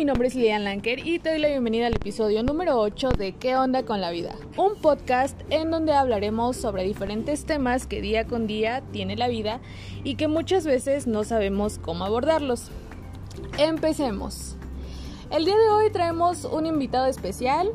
mi nombre es Lilian Lanker y te doy la bienvenida al episodio número 8 de ¿Qué onda con la vida? Un podcast en donde hablaremos sobre diferentes temas que día con día tiene la vida y que muchas veces no sabemos cómo abordarlos. Empecemos. El día de hoy traemos un invitado especial.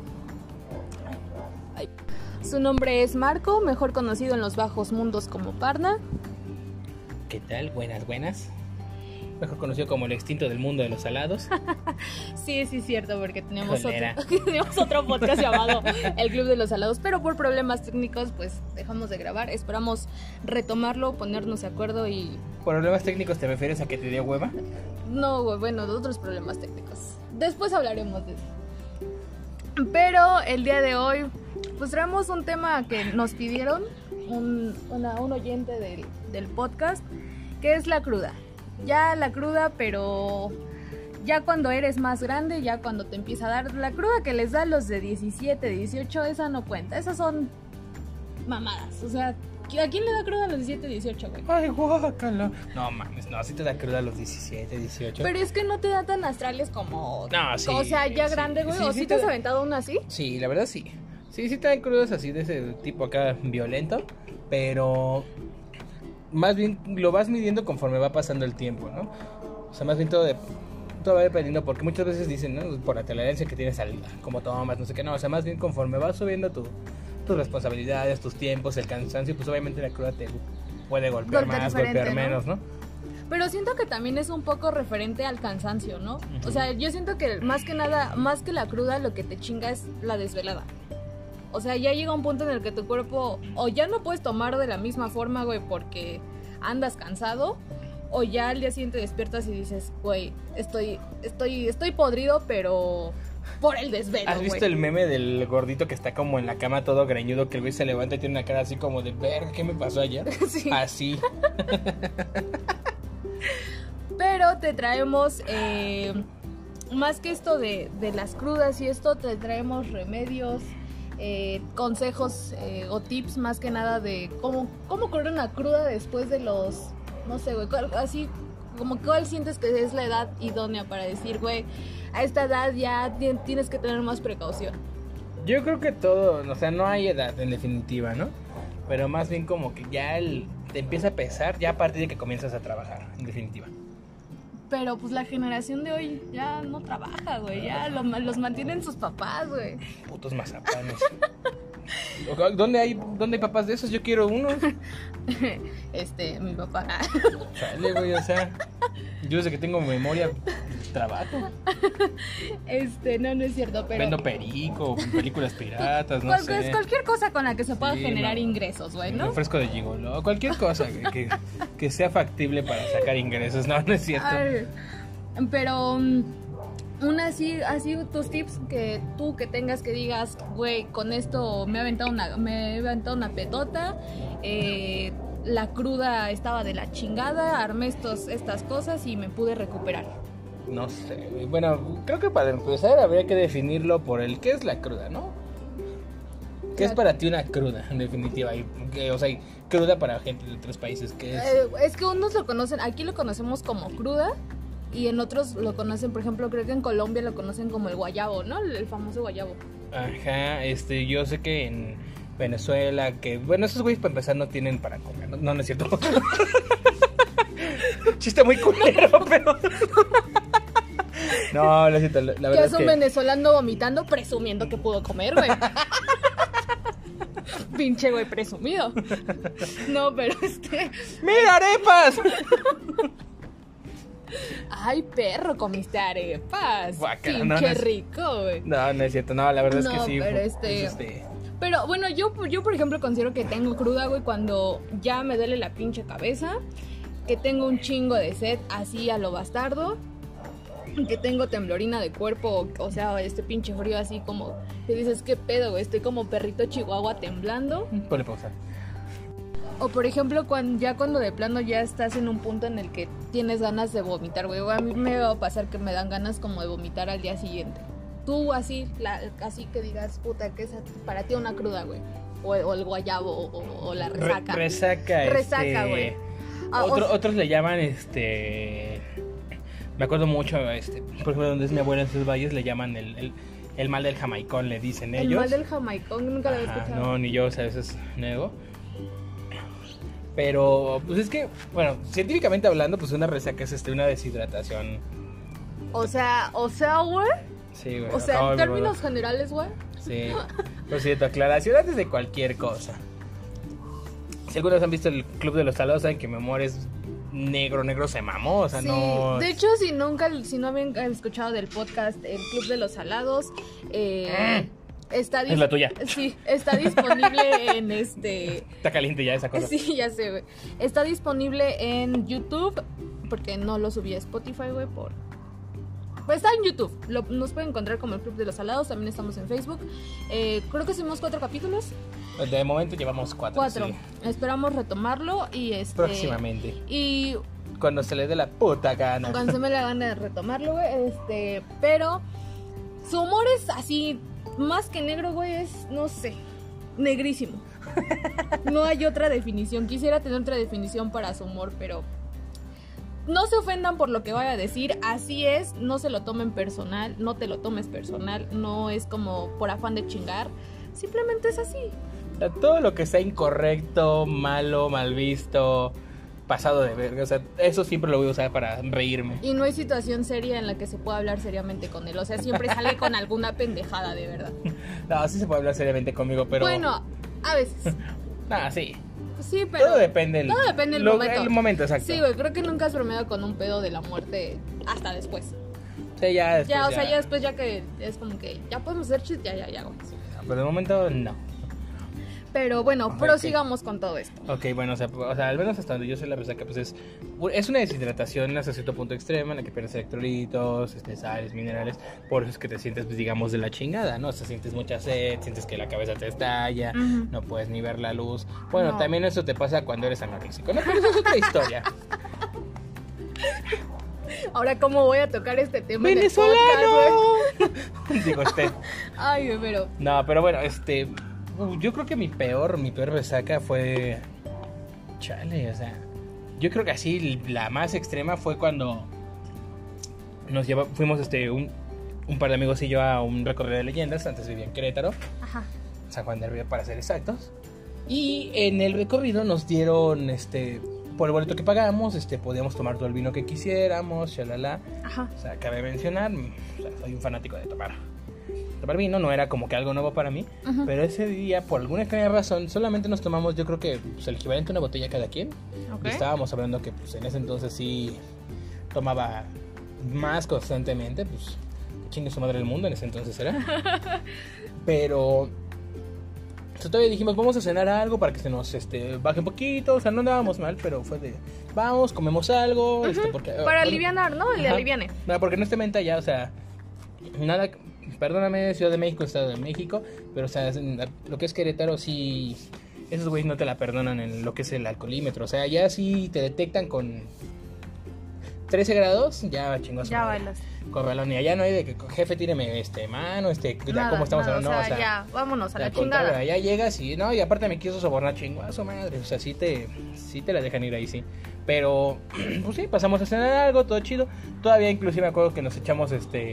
Su nombre es Marco, mejor conocido en los bajos mundos como Parna. ¿Qué tal? Buenas. Mejor conocido como el extinto del mundo de los salados. Sí, es cierto, porque teníamos otro podcast llamado El Club de los Salados, pero por problemas técnicos pues dejamos de grabar. Esperamos retomarlo, ponernos de acuerdo y... ¿Problemas técnicos te refieres a que te dio hueva? No, bueno, de otros problemas técnicos. Después hablaremos de eso. Pero el día de hoy pues traemos un tema que nos pidieron un oyente del podcast, que es la cruda. Ya la cruda, pero ya cuando eres más grande, ya cuando te empieza a dar la cruda que les da a los de 17, 18, esa no cuenta, esas son mamadas. O sea, ¿a quién le da cruda a los 17, 18, güey? Ay, guácala. No mames, no, sí te da cruda a los 17, 18. Pero es que no te da tan astrales como... No, sí. O sea, ya sí, grande, güey, sí, ¿o sí te has aventado una así? Sí, la verdad sí. Sí te dan crudas así de ese tipo acá violento, pero... más bien lo vas midiendo conforme va pasando el tiempo, ¿no? O sea, más bien todo va dependiendo, porque muchas veces dicen, ¿no? Por la tolerancia que tienes como tomas, no sé qué, no. O sea, más bien conforme vas subiendo tus responsabilidades, tus tiempos, el cansancio, pues obviamente la cruda te puede golpear más, golpear menos, ¿no? Pero siento que también es un poco referente al cansancio, ¿no? Uh-huh. O sea, yo siento que más que nada, más que la cruda, lo que te chinga es la desvelada. O sea, ya llega un punto en el que tu cuerpo o ya no puedes tomar de la misma forma, güey, porque andas cansado, o ya al día siguiente despiertas y dices, güey, estoy podrido, pero por el desvelo. ¿Has visto el meme del gordito que está como en la cama todo greñudo, que el güey se levanta y tiene una cara así como de, verga, ¿qué me pasó ayer? Sí. Así. Pero te traemos... más que esto de las crudas y esto, te traemos remedios, consejos o tips más que nada de cómo correr una cruda después de los, no sé, güey, así como cuál sientes que es la edad idónea para decir, güey, a esta edad ya tienes que tener más precaución. Yo creo que todo, o sea, no hay edad en definitiva, ¿no? Pero más bien como que ya te empieza a pesar ya a partir de que comienzas a trabajar, en definitiva. Pero pues la generación de hoy ya no trabaja, güey, ya los mantienen sus papás, güey. Putos mazapanes. ¿Dónde hay papás de esos? Yo quiero uno. Mi papá. Chale, güey, o sea, yo desde que tengo memoria trabajo. No es cierto, pero... Vendo perico, películas piratas, no sé. Cualquier cosa con la que se pueda generar ingresos, güey, ¿no? Un fresco de gigolo, cualquier cosa que sea factible para sacar ingresos, no es cierto. Ay, pero... así tus tips que tú que tengas que digas, güey, con esto me he aventado una pedota, la cruda estaba de la chingada, armé estas cosas y me pude recuperar. No sé, bueno, creo que para empezar habría que definirlo por ¿qué es la cruda, no? ¿Qué es para ti una cruda, en definitiva? O sea, cruda para gente de otros países, ¿qué es? Es que unos lo conocen, aquí lo conocemos como cruda. Y en otros lo conocen, por ejemplo, creo que en Colombia lo conocen como el guayabo, ¿no? El famoso guayabo. Ajá, yo sé que en Venezuela, que... Bueno, esos güeyes para empezar no tienen para comer, no es cierto. Chiste muy culero, pero... No, lo siento, la verdad es que... un venezolano vomitando presumiendo que pudo comer, güey. Pinche güey presumido. No, pero ¡Mira, arepas! Ay, perro, comiste arepas. Guácala, pinche rico, güey. No es cierto, no, la verdad es que sí. Pero Pero bueno, yo por ejemplo considero que tengo cruda, güey, cuando ya me duele la pinche cabeza, que tengo un chingo de sed así a lo bastardo, que tengo temblorina de cuerpo, o sea, pinche frío así como que dices, ¿qué pedo, güey? Estoy como perrito chihuahua temblando. Ponle pausa. O por ejemplo, cuando de plano ya estás en un punto en el que tienes ganas de vomitar, güey. A mí me va a pasar que me dan ganas como de vomitar al día siguiente. Tú así que digas, puta, que es para ti una cruda, güey. O el guayabo, o la resaca. Resaca, güey. Otros le llaman, Me acuerdo mucho, por ejemplo, donde es mi abuela en sus valles, le llaman el mal del jamaicón, le dicen ellos. El mal del jamaicón, nunca lo había escuchado. No, ni yo, o sea, a veces nego. Pero, pues es que, bueno, científicamente hablando, pues una resaca es una deshidratación. O sea, güey. Sí, güey. O sea, en términos generales, güey. Sí. Por cierto, aclaración antes de cualquier cosa. Si algunos han visto el Club de los Salados, saben que mi amor es negro se mamó, o sea, sí, no... de hecho, si no habían escuchado del podcast El Club de los Salados, es la tuya. Sí, está disponible en Está caliente ya esa cosa. Sí, ya sé, güey. Está disponible en YouTube, porque no lo subí a Spotify, güey, Pues está en YouTube, nos pueden encontrar como El Club de los Salados, también estamos en Facebook. Creo que subimos 4 capítulos. De momento llevamos 4. Sí. Esperamos retomarlo y próximamente. Y cuando se le dé la puta gana. Cuando se me la gana de retomarlo, güey. Pero su humor es así, más que negro, güey, es, no sé, negrísimo. No hay otra definición. Quisiera tener otra definición para su humor, pero no se ofendan por lo que vaya a decir, así es, no se lo tomen personal, no te lo tomes personal, no es como por afán de chingar, simplemente es así. Todo lo que sea incorrecto, malo, mal visto, pasado de verga, o sea, eso siempre lo voy a usar para reírme. Y no hay situación seria en la que se pueda hablar seriamente con él, o sea, siempre sale con alguna pendejada, de verdad. No, sí se puede hablar seriamente conmigo, pero... Bueno, a veces. Sí. Sí, pero... Todo depende del momento. El momento, exacto. Sí, güey, creo que nunca has bromeado con un pedo de la muerte hasta después. Sí, ya después. Ya, o sea, ya después, ya que es como que ya podemos hacer chiste, ya, güey. Pero de momento, no. Pero bueno, prosigamos con todo esto. Ok, bueno, o sea, al menos hasta donde yo soy la resaca, pues es una deshidratación hasta cierto punto extrema en la que pierdes electrolitos, sales, minerales. Por eso es que te sientes, pues, digamos, de la chingada, ¿no? O sea, sientes mucha sed, sientes que la cabeza te estalla, no puedes ni ver la luz. Bueno, también eso te pasa cuando eres anoréxico, ¿no? Pero eso es otra historia. Ahora, ¿cómo voy a tocar este tema? ¡Venezolano! Digo usted. Ay, pero... No, pero bueno, yo creo que mi peor resaca fue... Chale, o sea... Yo creo que así la más extrema fue cuando fuimos un par de amigos y yo a un recorrido de leyendas. Antes vivía en Querétaro. Ajá. San Juan del Río, para ser exactos. Y en el recorrido nos dieron, por el boleto que pagamos, podíamos tomar todo el vino que quisiéramos, shalala. Ajá. O sea, cabe mencionar, o sea, soy un fanático de tomar vino, no era como que algo nuevo para mí, pero ese día, por alguna extraña razón, solamente nos tomamos, yo creo que pues, el equivalente a una botella cada quien. Okay. Y estábamos hablando que pues en ese entonces sí tomaba más constantemente, pues chingue su madre el mundo, en ese entonces era. Pero todavía dijimos, vamos a cenar algo para que se nos baje un poquito, o sea, no andábamos mal, pero fue de, vamos, comemos algo, porque, para alivianar, ¿no? El aliviane. No, porque no esté menta ya, o sea, nada. Perdóname, Ciudad de México, Estado de México, pero o sea, lo que es Querétaro sí, esos güeyes no te la perdonan en lo que es el alcoholímetro, o sea, ya sí te detectan con 13 grados, ya chingoso. Ya bailas. Con balón, y allá no hay de que jefe tíreme mano, ya cómo estamos hablando, o sea, ya, vámonos a la chingada. Ya llegas y no, y aparte me quiso sobornar, chingazo madre, o sea, sí te la dejan ir ahí, sí. Pero pues sí, pasamos a cenar algo, todo chido. Todavía inclusive me acuerdo que nos echamos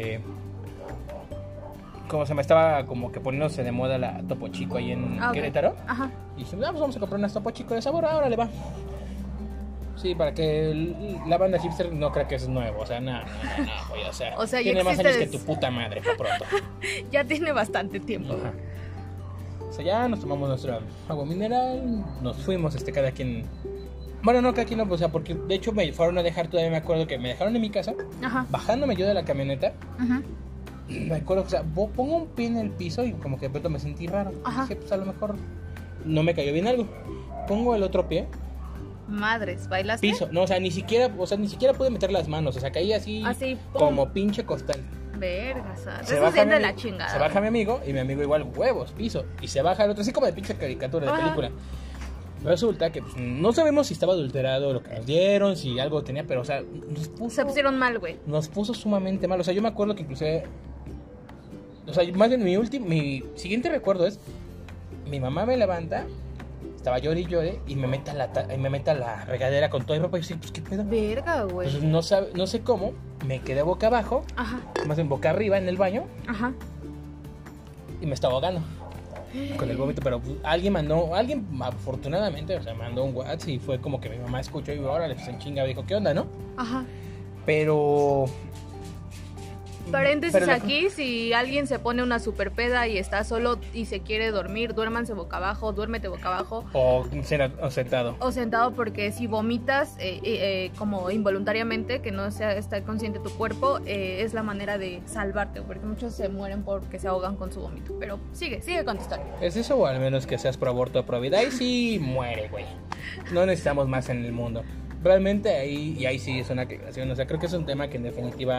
como se me estaba como que poniéndose de moda la Topo Chico ahí en Querétaro. Ajá. Y dije, vamos a comprar unas Topo Chico de sabor, ahora le va. Sí, para que la banda hipster no crea que es nuevo, o sea, no, o sea, tiene más años que tu puta madre, por pronto. Ya tiene bastante tiempo. Ajá. O sea, ya nos tomamos nuestra agua mineral, nos fuimos, cada quien... Bueno, no, cada quien no, o sea, porque de hecho me fueron a dejar, todavía me acuerdo que me dejaron en mi casa, bajándome yo de la camioneta. Me acuerdo, o sea, pongo un pie en el piso y como que de pronto me sentí raro. Dije, pues a lo mejor no me cayó bien algo. Pongo el otro pie. Madres, ¿bailaste? Piso, no, o sea, ni siquiera pude meter las manos, o sea, caí así como pinche costal. Vergas, eso es de la chingada. Se baja mi amigo y mi amigo igual, huevos, piso. Y se baja el otro, así como de pinche caricatura de película. Resulta que pues, no sabemos si estaba adulterado lo que nos dieron, si algo tenía, pero o sea, se pusieron mal, güey. Nos puso sumamente mal, o sea, yo me acuerdo que inclusive... O sea, más bien mi siguiente recuerdo es... Mi mamá me levanta, estaba llore y llore y me meta a la regadera con toda mi ropa y yo sí, pues qué pedo. Verga, güey. Entonces no sé cómo, me quedé boca abajo, Ajá. más bien boca arriba en el baño Ajá. y me estaba ahogando con el vómito, pero alguien afortunadamente, o sea, mandó un WhatsApp y fue como que mi mamá escuchó y órale, pues en chinga dijo, ¿qué onda, no? Ajá. Pero Paréntesis aquí, si alguien se pone una super peda y está solo y se quiere dormir, duérmanse boca abajo, duérmete boca abajo. O sentado. O sentado, porque si vomitas como involuntariamente, que no está consciente tu cuerpo, es la manera de salvarte, porque muchos se mueren porque se ahogan con su vómito. Pero sigue con tu historia. ¿Es eso o al menos que seas pro aborto o pro vida? Ahí sí muere, güey. No necesitamos más en el mundo. Realmente ahí sí es una aclaración. O sea, creo que es un tema que en definitiva...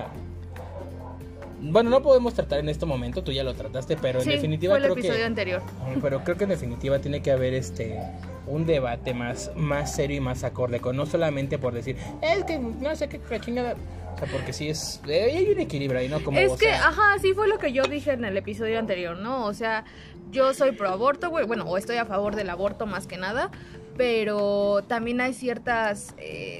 Bueno, no podemos tratar en este momento, tú ya lo trataste, pero en definitiva fue el episodio anterior. Pero creo que en definitiva tiene que haber un debate más serio y más acorde, con no solamente por decir, es que no sé qué chingada. O sea, porque sí hay un equilibrio ahí, ¿no? Como, es que, sí fue lo que yo dije en el episodio anterior, ¿no? O sea, yo soy pro aborto, güey, bueno, o estoy a favor del aborto más que nada, pero también hay ciertas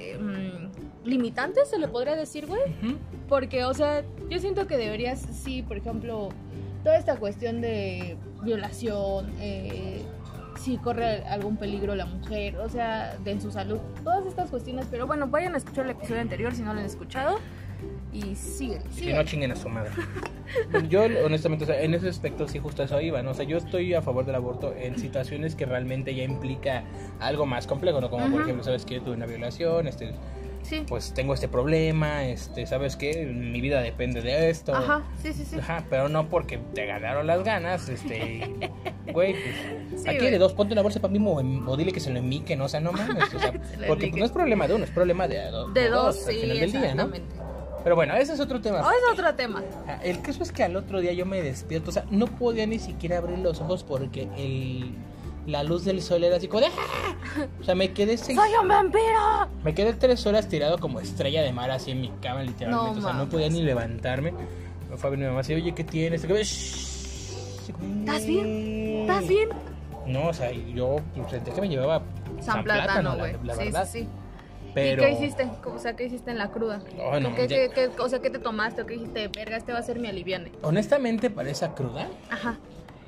limitantes, se le podría decir, güey. Uh-huh. Porque, o sea, yo siento que deberías, sí, por ejemplo, toda esta cuestión de violación, si corre algún peligro la mujer, o sea, en su salud, todas estas cuestiones. Pero bueno, vayan a escuchar el episodio anterior si no lo han escuchado. Y sigue. Que no chinguen a su madre. Yo, honestamente, o sea, en ese aspecto sí justo eso iba, ¿no? O sea, yo estoy a favor del aborto en situaciones que realmente ya implica algo más complejo, ¿no? Como, por ejemplo, ¿sabes qué? Tuve una violación, sí. Pues tengo este problema, ¿sabes qué? Mi vida depende de esto. Ajá, sí. Ajá, pero no porque te ganaron las ganas, güey, pues, sí, aquí güey. de dos, ponte una bolsa para mí o dile que se lo enmiquen, o sea, no mames, o sea, porque pues, no es problema de uno, es problema de dos sí, al final del día, ¿no? exactamente. Pero bueno, ese es otro tema. Es otro tema. El caso es que al otro día yo me despierto, o sea, no podía ni siquiera abrir los ojos porque la luz del sol era así como de ¡ah! O sea, me quedé ¡Soy un vampiro! Me quedé 3 horas tirado como estrella de mar así en mi cama, literalmente. No, o sea, no podía ni levantarme. Me fue a ver mi mamá así, oye, ¿qué tienes? ¿Estás bien? No, o sea, yo sentí que me llevaba San Plátano, güey. la verdad. Sí. Pero... ¿Y qué hiciste? O sea, ¿qué hiciste en la cruda? Oh, no, ¿Qué te tomaste? ¿O qué dijiste? Verga, este va a ser mi aliviane. Honestamente, para esa cruda, Ajá.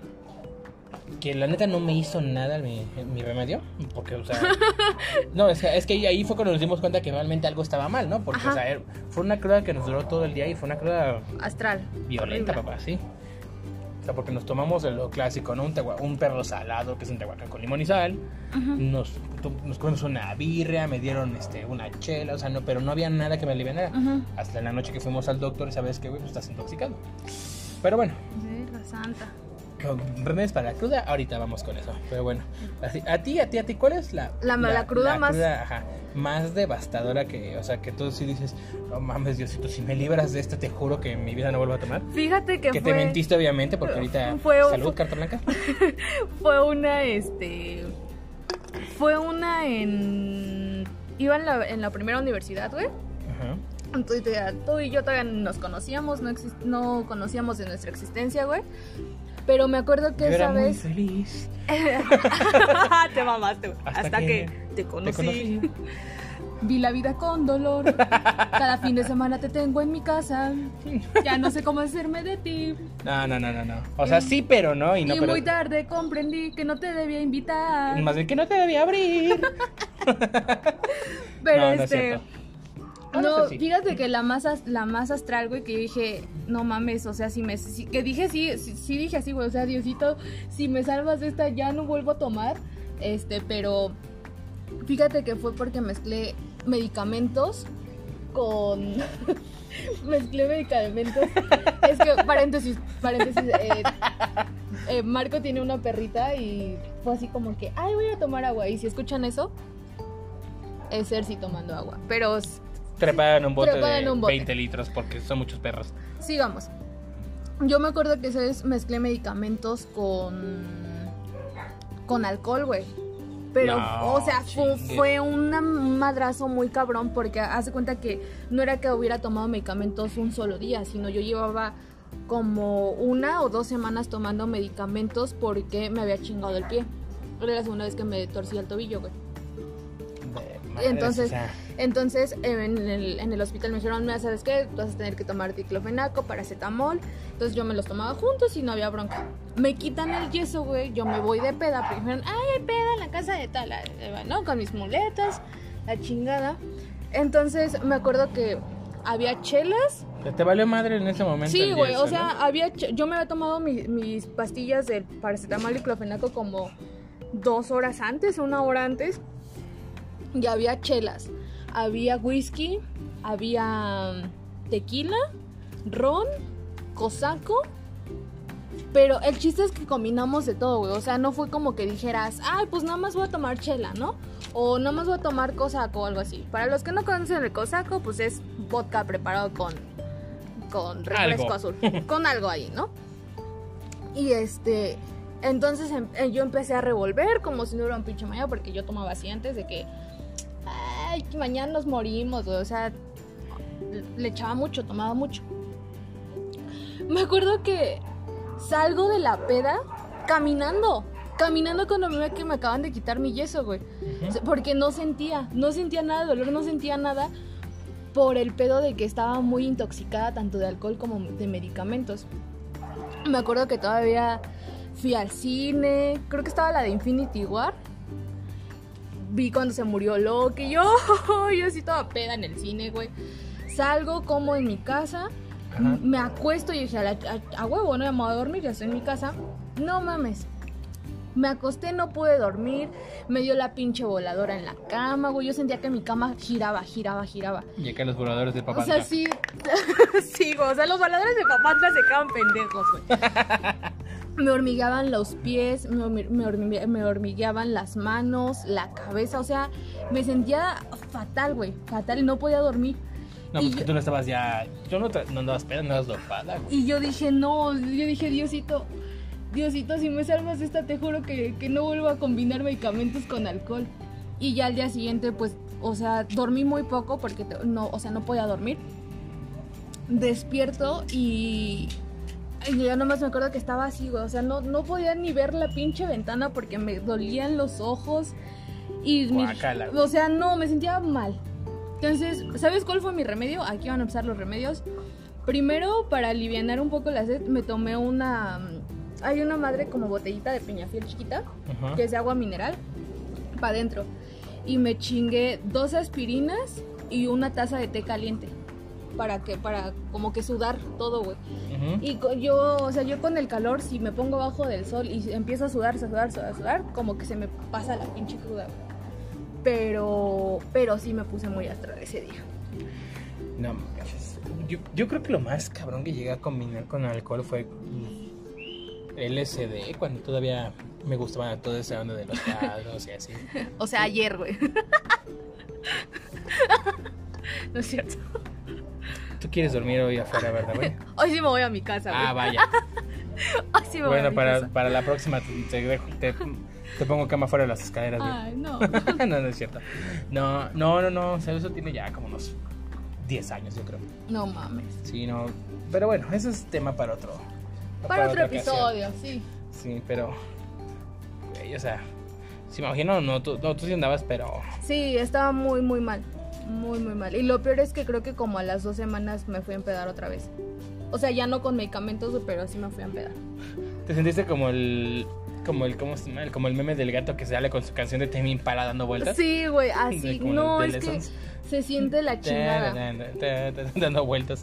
que la neta no me hizo nada mi remedio, porque, o sea, no, es que ahí fue cuando nos dimos cuenta que realmente algo estaba mal, ¿no? Porque, Ajá. o sea, fue una cruda que nos duró todo el día y fue una cruda Astral. violenta, Horrible. papá, sí. O sea, porque nos tomamos lo clásico, ¿no? Un perro salado, que es un tehuacán con limón y sal. Ajá. Nos comimos una birria, me dieron una chela, o sea, no, pero no había nada que me alivianara. Ajá. Hasta en la noche que fuimos al doctor, ¿sabes qué, güey? Pues estás intoxicado. Pero bueno, Verga santa. remedios para la cruda, ahorita vamos con eso. Pero bueno, a ti, ¿cuál es la cruda más... ajá, más devastadora que, o sea, que tú sí dices, no mames, Diosito, si me libras de esto, te juro que en mi vida no vuelvo a tomar? Fíjate que Que fue... te mentiste, obviamente, porque ahorita... Salud, carta blanca. Fue una, Iba en la primera universidad, güey. Ajá. Entonces, tú y yo todavía nos conocíamos, no conocíamos de nuestra existencia, güey. Pero me acuerdo que Yo esa era muy vez... feliz. Te mamaste, güey. Hasta que te conocí. Vi la vida con dolor. Cada fin de semana te tengo en mi casa. Ya no sé cómo hacerme de ti. No. O sea, sí, pero no. Y muy tarde comprendí que no te debía invitar. Más bien que no te debía abrir. Pero no es cierto. No, Sí. fíjate que la más astral, güey, que yo dije, no mames, o sea, que dije sí dije así, güey, o sea, Diosito, si me salvas de esta ya no vuelvo a tomar, pero fíjate que fue porque mezclé medicamentos con... mezclé medicamentos, es que, paréntesis, Marco tiene una perrita y fue así como que, ay, voy a tomar agua, y si escuchan eso, es Cersei tomando agua, pero... Trepada en un bote Trepada en de un bote. 20 litros porque son muchos perros. Sigamos. Yo me acuerdo que esa vez mezclé medicamentos con alcohol, güey. Pero, No, o sea, chingue. fue un madrazo muy cabrón porque hace cuenta que no era que hubiera tomado medicamentos un solo día, sino yo llevaba como 1 o 2 semanas tomando medicamentos porque me había chingado el pie. Era la segunda vez que me torcí el tobillo, güey. Madres, Entonces, o sea, entonces en el hospital me dijeron, mira, ¿sabes qué? Tú vas a tener que tomar diclofenaco, paracetamol. Entonces yo me los tomaba juntos y no había bronca. Me quitan el yeso, güey, yo me voy de peda. Porque dijeron, ay, hay peda en la casa de tal, ¿no? Con mis muletas, la chingada. Entonces me acuerdo que había chelas. ¿te valió madre en ese momento? Sí, el güey, yeso, o sea, ¿no? yo me había tomado mis pastillas de paracetamol y diclofenaco como 2 horas antes, 1 hora antes. Y había chelas, había whisky, había tequila, ron, cosaco. Pero el chiste es que combinamos de todo, güey. O sea, no fue como que dijeras, ay, pues nada más voy a tomar chela, ¿no? O nada más voy a tomar cosaco o algo así. Para los que no conocen el cosaco, pues es vodka preparado con refresco azul. Con algo ahí, ¿no? Y entonces yo empecé a revolver como si no hubiera un pinche mañana, porque yo tomaba así antes de que, ay, que mañana nos morimos, güey. O sea, le echaba mucho, tomaba mucho. Me acuerdo que salgo de la peda caminando cuando me ve que me acaban de quitar mi yeso, güey. O sea, porque no sentía nada de dolor, no sentía nada por el pedo de que estaba muy intoxicada tanto de alcohol como de medicamentos. Me acuerdo que todavía fui al cine, creo que estaba la de Infinity War. Vi cuando se murió Loki, yo así toda peda en el cine, güey. Salgo, como en mi casa, me acuesto y dije, a huevo, no me voy a dormir, ya estoy en mi casa. No mames. Me acosté, no pude dormir, me dio la pinche voladora en la cama, güey. Yo sentía que mi cama giraba. Y acá los voladores de papá. O sea, sí, sí, güey. O sea, los voladores de Papantla se quedan pendejos, güey. Me hormigueaban los pies, me hormigueaban las manos, la cabeza. O sea, me sentía fatal, güey. Fatal, no podía dormir. No, pues que tú no estabas ya... Tú no andabas peda, andabas dopada, güey. Y yo dije, no, Diosito, si me salvas de esta, te juro que no vuelvo a combinar medicamentos con alcohol. Y ya al día siguiente, pues, o sea, dormí muy poco porque no podía dormir. Despierto y yo nomás me acuerdo que estaba así, güey. O sea, no podía ni ver la pinche ventana porque me dolían los ojos. Y Guácala, o sea, no, me sentía mal. Entonces, ¿sabes cuál fue mi remedio? Aquí van a empezar los remedios. Primero, para alivianar un poco la sed, me tomé hay una madre como botellita de Peñafiel chiquita, que es de agua mineral, para adentro. Y me chingué 2 aspirinas y una taza de té caliente. Para como que sudar todo, güey. Y yo con el calor, si me pongo abajo del sol y empiezo a sudar, como que se me pasa la pinche cruda, güey. Pero sí me puse muy astral ese día. No manches. Yo creo que lo más cabrón que llegué a combinar con alcohol fue LSD, cuando todavía me gustaba toda esa onda de los cuadros y así. O sea, ayer, güey. No es cierto. Tú quieres dormir hoy afuera, ¿verdad, güey? Hoy sí me voy a mi casa, güey. Ah, vaya. Hoy sí me voy a mi casa. Para la próxima te pongo cama fuera de las escaleras, güey. Ay, no. No es cierto. No. O sea, eso tiene ya como unos 10 años, yo creo. No mames. Sí, no. Pero bueno, eso es tema para otro. Para otro otra episodio, ocasión. sí. Sí, pero... Güey, o sea... Sí, me imagino, tú sí andabas, pero... Sí, estaba muy, muy mal. Muy, muy mal. Y lo peor es que creo que como a las 2 semanas me fui a empedar otra vez. O sea, ya no con medicamentos, pero sí me fui a empedar. ¿Te sentiste como el meme del gato que sale con su canción de Tame Impala dando vueltas? Sí, güey, así. No, es Lessons. que se siente la chingada. Dando vueltas.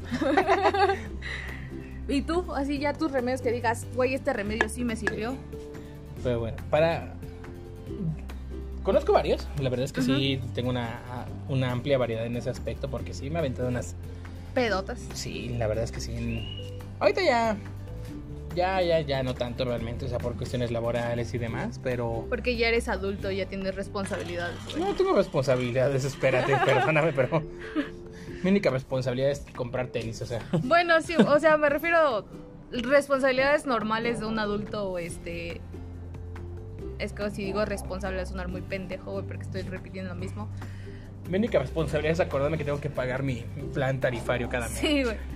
¿Y tú? Así ya tus remedios que digas, güey, este remedio sí me sirvió. Pero bueno, conozco varios, la verdad es que sí, tengo una amplia variedad en ese aspecto, porque sí me he aventado unas... Pedotas. Sí, la verdad es que sí. Ahorita ya no tanto realmente, o sea, por cuestiones laborales y demás, pero... Porque ya eres adulto, ya tienes responsabilidades, güey. No tengo responsabilidades, espérate, perdóname, pero... Mi única responsabilidad es comprar tenis, o sea... Bueno, sí, o sea, me refiero a responsabilidades normales de un adulto, Es que si digo responsable va a sonar muy pendejo, güey, porque estoy repitiendo lo mismo. Mi única responsabilidad es acordarme que tengo que pagar mi plan tarifario cada mes. Sí, güey.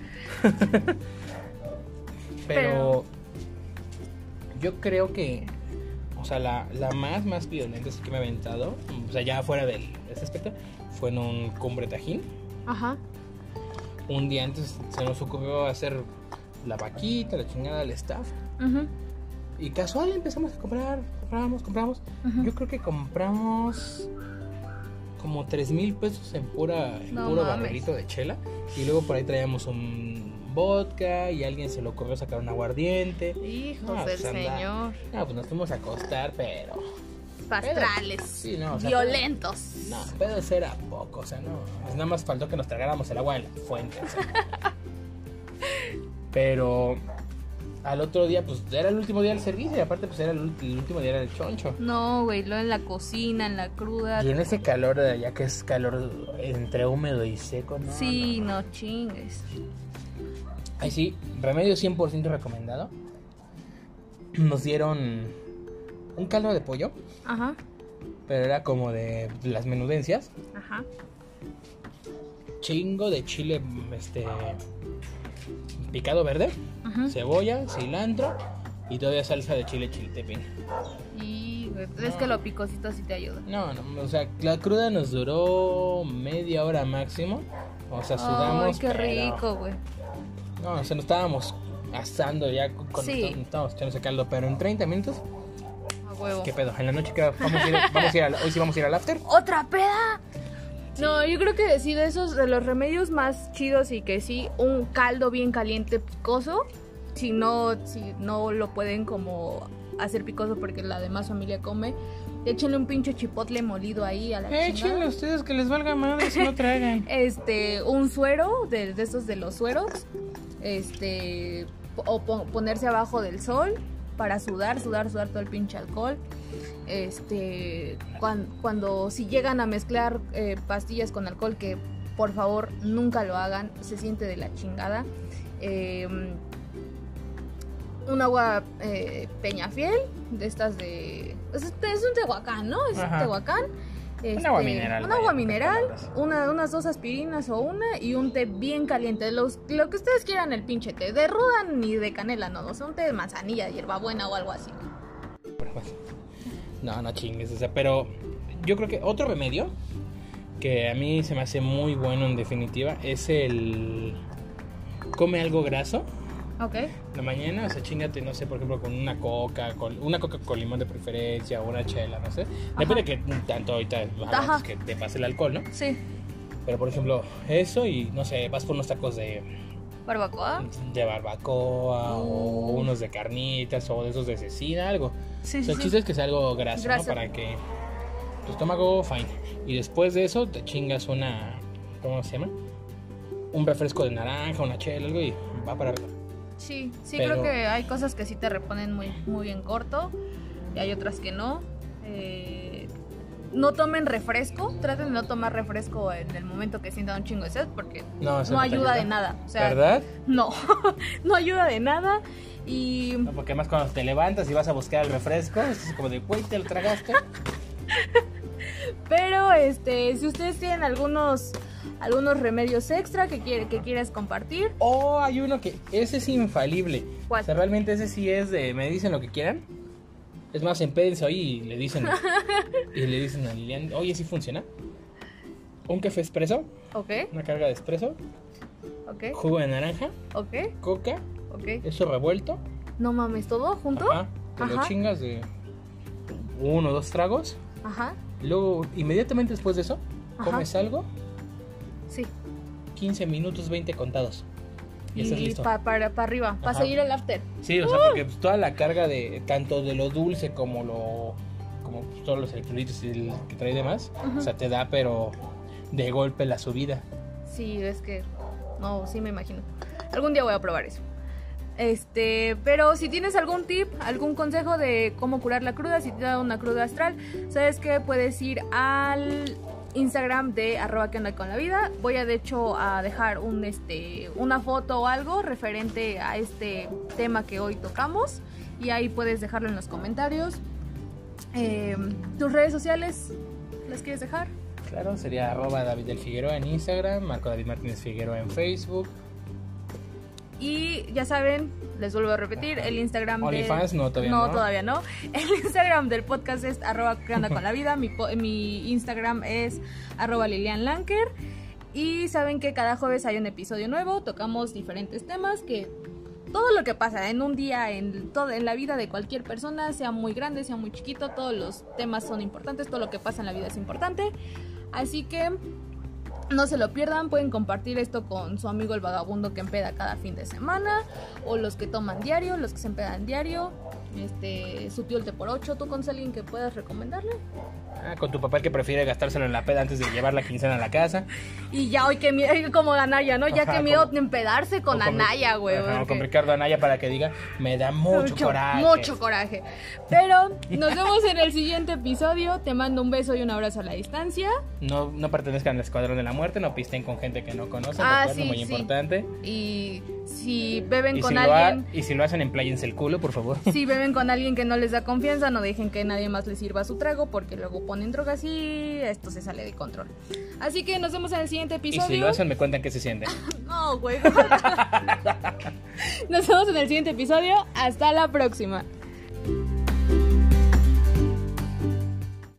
Pero yo creo que, o sea, la más violenta que me he aventado, o sea, ya fuera de ese aspecto, fue en un Cumbre Tajín. Ajá. Un día antes se nos ocurrió hacer la vaquita, la chingada, el staff. Uh-huh. Y casual empezamos a compramos. Uh-huh. Yo creo que compramos como 3,000 pesos en puro barrilito de chela. Y luego por ahí traíamos un vodka y a alguien se le ocurrió sacar un aguardiente. Hijos del señor. Pues nos fuimos a acostar, pero... Pastrales. Sí, no, o sea, violentos. No, pedos era poco, o sea, no. Pues nada más faltó que nos tragáramos el agua de la fuente. O sea. Pero al otro día, pues era el último día del servicio y aparte, pues era el último día del choncho. No, güey, lo en la cocina, en la cruda. Y en ese calor de allá, que es calor entre húmedo y seco, ¿no? Sí, no chingues. Ahí sí, remedio 100% recomendado. Nos dieron un caldo de pollo. Ajá. Pero era como de las menudencias. Ajá. Chingo de chile picado verde, Ajá. cebolla, cilantro y todavía salsa de chile chiltepín. Y es que lo picosito sí te ayuda. No, o sea, la cruda nos duró media hora máximo. O sea, sudamos. Ay, qué rico, güey. No, o sea, nos estábamos asando ya con Sí. estábamos echando ese caldo, pero en 30 minutos. A huevo. ¿Qué pedo? En la noche que hoy sí vamos a ir al after. ¿Otra peda? Sí. No, yo creo que sí, de los remedios más chidos y que sí, un caldo bien caliente picoso, si no lo pueden como hacer picoso porque la demás familia come, échenle un pinche chipotle molido ahí a la chingada. Échenle ustedes que les valga madre si no tragan. Un suero, de estos de los sueros, ponerse abajo del sol para sudar todo el pinche alcohol. Cuando si llegan a mezclar pastillas con alcohol, que por favor nunca lo hagan, se siente de la chingada. Un agua Peñafiel, de estas de... Es un Tehuacán, ¿no? Es Ajá. Tehuacán. Un agua mineral. Un agua mineral, unas 2 aspirinas o una y un té bien caliente. Lo que ustedes quieran, el pinche té. De ruda ni de canela, no. O sea, un té de manzanilla, de hierbabuena o algo así. No chingues, o sea, pero yo creo que otro remedio que a mí se me hace muy bueno en definitiva es el come algo graso. Ok. La mañana, o sea, chingate, no sé, por ejemplo, con una coca con limón de preferencia o una chela, no sé. Depende de que tanto ahorita que te pase el alcohol, ¿no? Sí. Pero por ejemplo, eso y no sé, vas por unos tacos de ¿Barbacoa? O unos de carnitas o de esos de cecina, algo. Sí, O sea, el chiste es que sea algo graso, ¿no? Para que tu estómago, fine. Y después de eso te chingas una, ¿cómo se llama? Un refresco de naranja, una chela, algo y va para arriba. Sí, Pero... creo que hay cosas que sí te reponen muy, muy en corto y hay otras que no. No tomen refresco, traten de no tomar refresco en el momento que sientan un chingo de sed porque no ayuda de nada. O sea, ¿verdad? No, no ayuda de nada. Y... No, porque más cuando te levantas y vas a buscar el refresco, es como de, güey, ¿te lo tragaste? Pero si ustedes tienen algunos remedios extra que quieres compartir. Hay uno que ese es infalible. ¿Cuál? O sea, realmente ese sí es de me dicen lo que quieran. Es más, empédense hoy y le dicen a Lilian, oye, ¿sí funciona? Un café expreso. Ok. Una carga de expreso. Ok. Jugo de naranja. Ok. Coca. Ok. Eso revuelto. No mames, ¿todo junto? Ajá. Te lo chingas de 1 o 2 tragos. Ajá. Luego, inmediatamente después de eso, comes algo. Sí. 15 minutos, 20 contados. Y estás listo. Para arriba, para seguir el after. Sí, o sea, porque pues, toda la carga de tanto de lo dulce como pues, todos los electrolitos y el que trae demás, o sea, te da pero de golpe la subida. Sí, es que no, sí me imagino. Algún día voy a probar eso. Pero si tienes algún tip, algún consejo de cómo curar la cruda, si te da una cruda astral, sabes que puedes ir al Instagram de @queondaconlavida. Voy de hecho a dejar una foto o algo referente a este tema que hoy tocamos y ahí puedes dejarlo en los comentarios. ¿Tus redes sociales las quieres dejar? Claro, sería @David del Figueroa en Instagram, Marco David Martínez Figueroa en Facebook. Y ya saben, les vuelvo a repetir, el Instagram OnlyFans, no, todavía no. Todavía no. El Instagram del podcast es @queondaconlavida. Mi Instagram es @LilianLanker. Y saben que cada jueves hay un episodio nuevo. Tocamos diferentes temas que... Todo lo que pasa en un día, en la vida de cualquier persona, sea muy grande, sea muy chiquito, todos los temas son importantes, todo lo que pasa en la vida es importante. Así que no se lo pierdan, pueden compartir esto con su amigo el vagabundo que empeda cada fin de semana, o los que toman diario, los que se empedan diario, su tío el té por 8. ¿Tú conoces a alguien que puedas recomendarle? Con tu papá que prefiere gastárselo en la peda antes de llevar la quincena a la casa. Y ya hoy que miedo, como Anaya, ¿no? Ya que miedo de empedarse con Anaya, güey. Con Ricardo Anaya para que diga, me da mucho coraje. Mucho coraje. Pero nos vemos en el siguiente episodio. Te mando un beso y un abrazo a la distancia. No pertenezcan al escuadrón de la muerte, no pisten con gente que no conocen, sí, muy importante. Y si beben con alguien... Y si lo hacen, empláyense el culo, por favor. Si beben con alguien que no les da confianza, no dejen que nadie más les sirva su trago, porque luego ponen drogas y esto se sale de control. Así que nos vemos en el siguiente episodio. Y si lo hacen, me cuentan qué se siente. No, güey. Nos vemos en el siguiente episodio. Hasta la próxima.